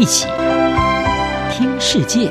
一起听世界。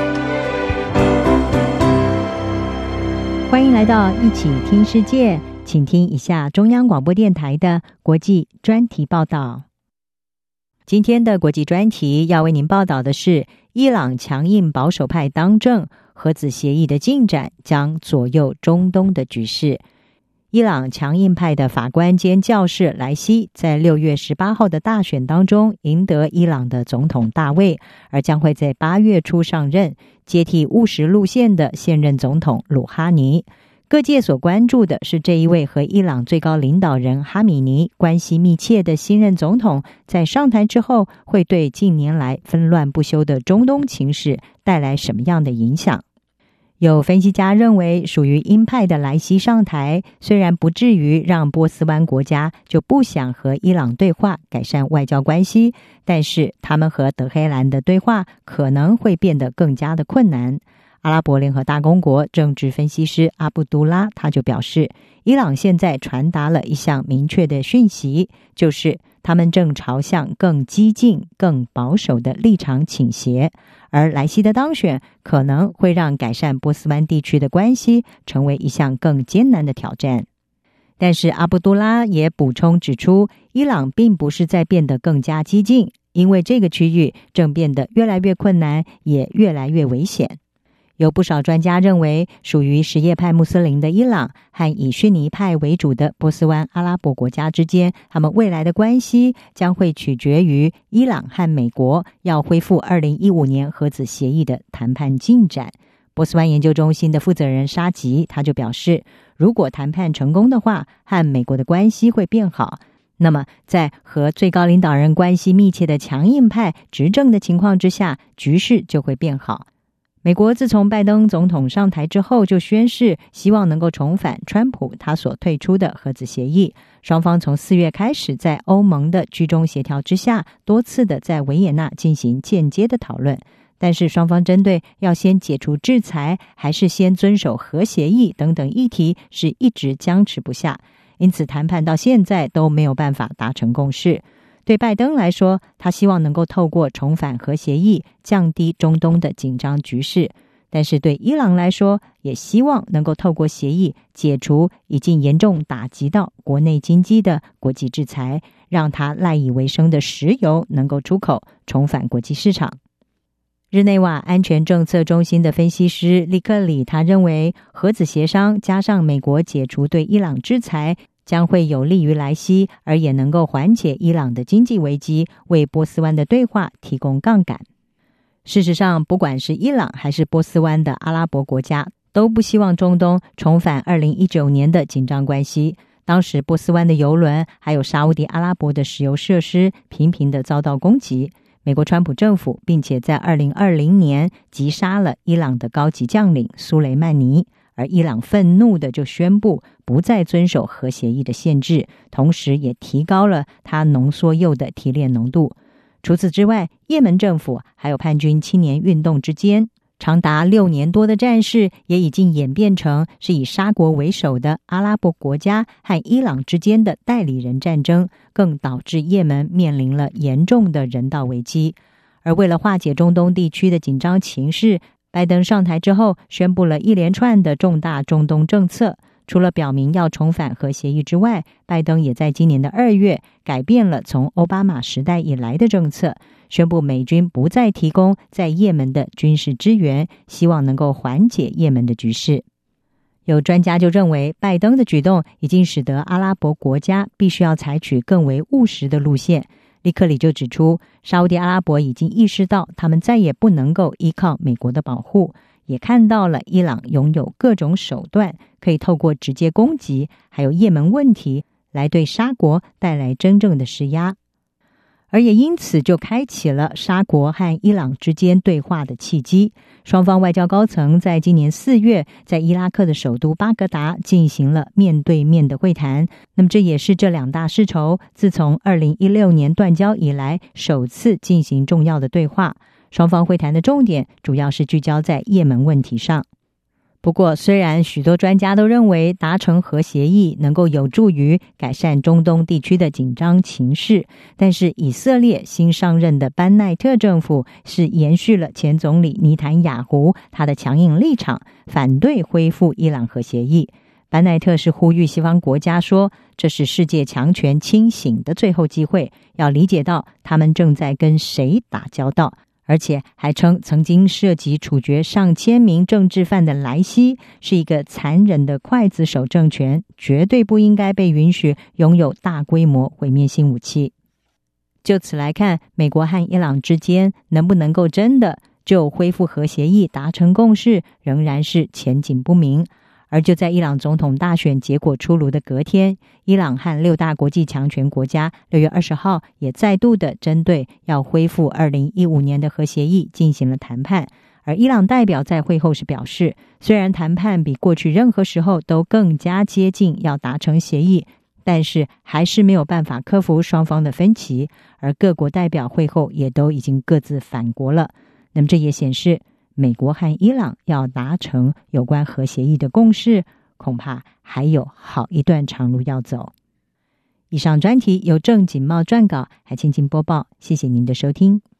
欢迎来到一起听世界，请听一下中央广播电台的国际专题报道。今天的国际专题要为您报道的是，伊朗强硬保守派当政，核子协议的进展将左右中东的局势。伊朗强硬派的法官兼教士莱西在6月18号的大选当中赢得伊朗的总统大位，而将会在8月初上任，接替务实路线的现任总统鲁哈尼。各界所关注的是这一位和伊朗最高领导人哈米尼关系密切的新任总统在上台之后会对近年来纷乱不休的中东情势带来什么样的影响。有分析家认为，属于鹰派的莱西上台，虽然不至于让波斯湾国家就不想和伊朗对话改善外交关系，但是他们和德黑兰的对话可能会变得更加的困难。阿拉伯联合大公国政治分析师阿布都拉他就表示，伊朗现在传达了一项明确的讯息，就是他们正朝向更激进、更保守的立场倾斜，而莱西的当选可能会让改善波斯湾地区的关系成为一项更艰难的挑战。但是阿布都拉也补充指出，伊朗并不是在变得更加激进，因为这个区域正变得越来越困难，也越来越危险。有不少专家认为，属于什叶派穆斯林的伊朗和以逊尼派为主的波斯湾阿拉伯国家之间，他们未来的关系将会取决于伊朗和美国要恢复2015年核子协议的谈判进展。波斯湾研究中心的负责人沙吉他就表示，如果谈判成功的话，和美国的关系会变好，那么在和最高领导人关系密切的强硬派执政的情况之下，局势就会变好。美国自从拜登总统上台之后，就宣示希望能够重返川普他所退出的核子协议。双方从4月开始，在欧盟的居中协调之下，多次的在维也纳进行间接的讨论。但是双方针对要先解除制裁，还是先遵守核协议等等议题，是一直僵持不下。因此谈判到现在都没有办法达成共识。对拜登来说，他希望能够透过重返核协议降低中东的紧张局势，但是对伊朗来说，也希望能够透过协议解除已经严重打击到国内经济的国际制裁，让他赖以为生的石油能够出口，重返国际市场。日内瓦安全政策中心的分析师利克里他认为，核子协商加上美国解除对伊朗制裁，将会有利于莱西，而也能够缓解伊朗的经济危机，为波斯湾的对话提供杠杆。事实上，不管是伊朗还是波斯湾的阿拉伯国家，都不希望中东重返2019年的紧张关系。当时波斯湾的油轮还有沙烏地阿拉伯的石油设施频频地遭到攻击。美国川普政府并且在2020年击杀了伊朗的高级将领苏雷曼尼，而伊朗愤怒的就宣布不再遵守核协议的限制，同时也提高了它浓缩铀的提炼浓度。除此之外，也门政府还有叛军青年运动之间长达6年多的战事，也已经演变成是以沙国为首的阿拉伯国家和伊朗之间的代理人战争，更导致也门面临了严重的人道危机。而为了化解中东地区的紧张情势，拜登上台之后宣布了一连串的重大中东政策，除了表明要重返核协议之外，拜登也在今年的2月改变了从奥巴马时代以来的政策，宣布美军不再提供在也门的军事支援，希望能够缓解也门的局势。有专家就认为，拜登的举动已经使得阿拉伯国家必须要采取更为务实的路线。利克里就指出，沙烏地阿拉伯已经意识到他们再也不能够依靠美国的保护，也看到了伊朗拥有各种手段，可以透过直接攻击还有也门问题来对沙国带来真正的施压，而也因此就开启了沙国和伊朗之间对话的契机。双方外交高层在今年4月在伊拉克的首都巴格达进行了面对面的会谈，那么这也是这两大世仇自从2016年断交以来首次进行重要的对话。双方会谈的重点主要是聚焦在也门问题上。 不过，虽然许多专家都认为达成核协议能够有助于改善中东地区的紧张情势，但是以色列新上任的班奈特政府是延续了前总理尼坦雅胡他的强硬立场，反对恢复伊朗核协议。班奈特是呼吁西方国家说，这是世界强权清醒的最后机会，要理解到他们正在跟谁打交道。而且还称曾经涉及处决上千名政治犯的莱西是一个残忍的刽子手政权，绝对不应该被允许拥有大规模毁灭性武器。就此来看，美国和伊朗之间能不能够真的就恢复核协议达成共识，仍然是前景不明。而就在伊朗总统大选结果出炉的隔天，伊朗和6大国际强权国家6月20号也再度的针对要恢复2015年的核协议进行了谈判。而伊朗代表在会后是表示，虽然谈判比过去任何时候都更加接近要达成协议，但是还是没有办法克服双方的分歧，而各国代表会后也都已经各自返国了。那么这也显示美国和伊朗要达成有关核协议的共识，恐怕还有好一段长路要走。以上专题由郑锦茂撰稿，海清清播报，谢谢您的收听。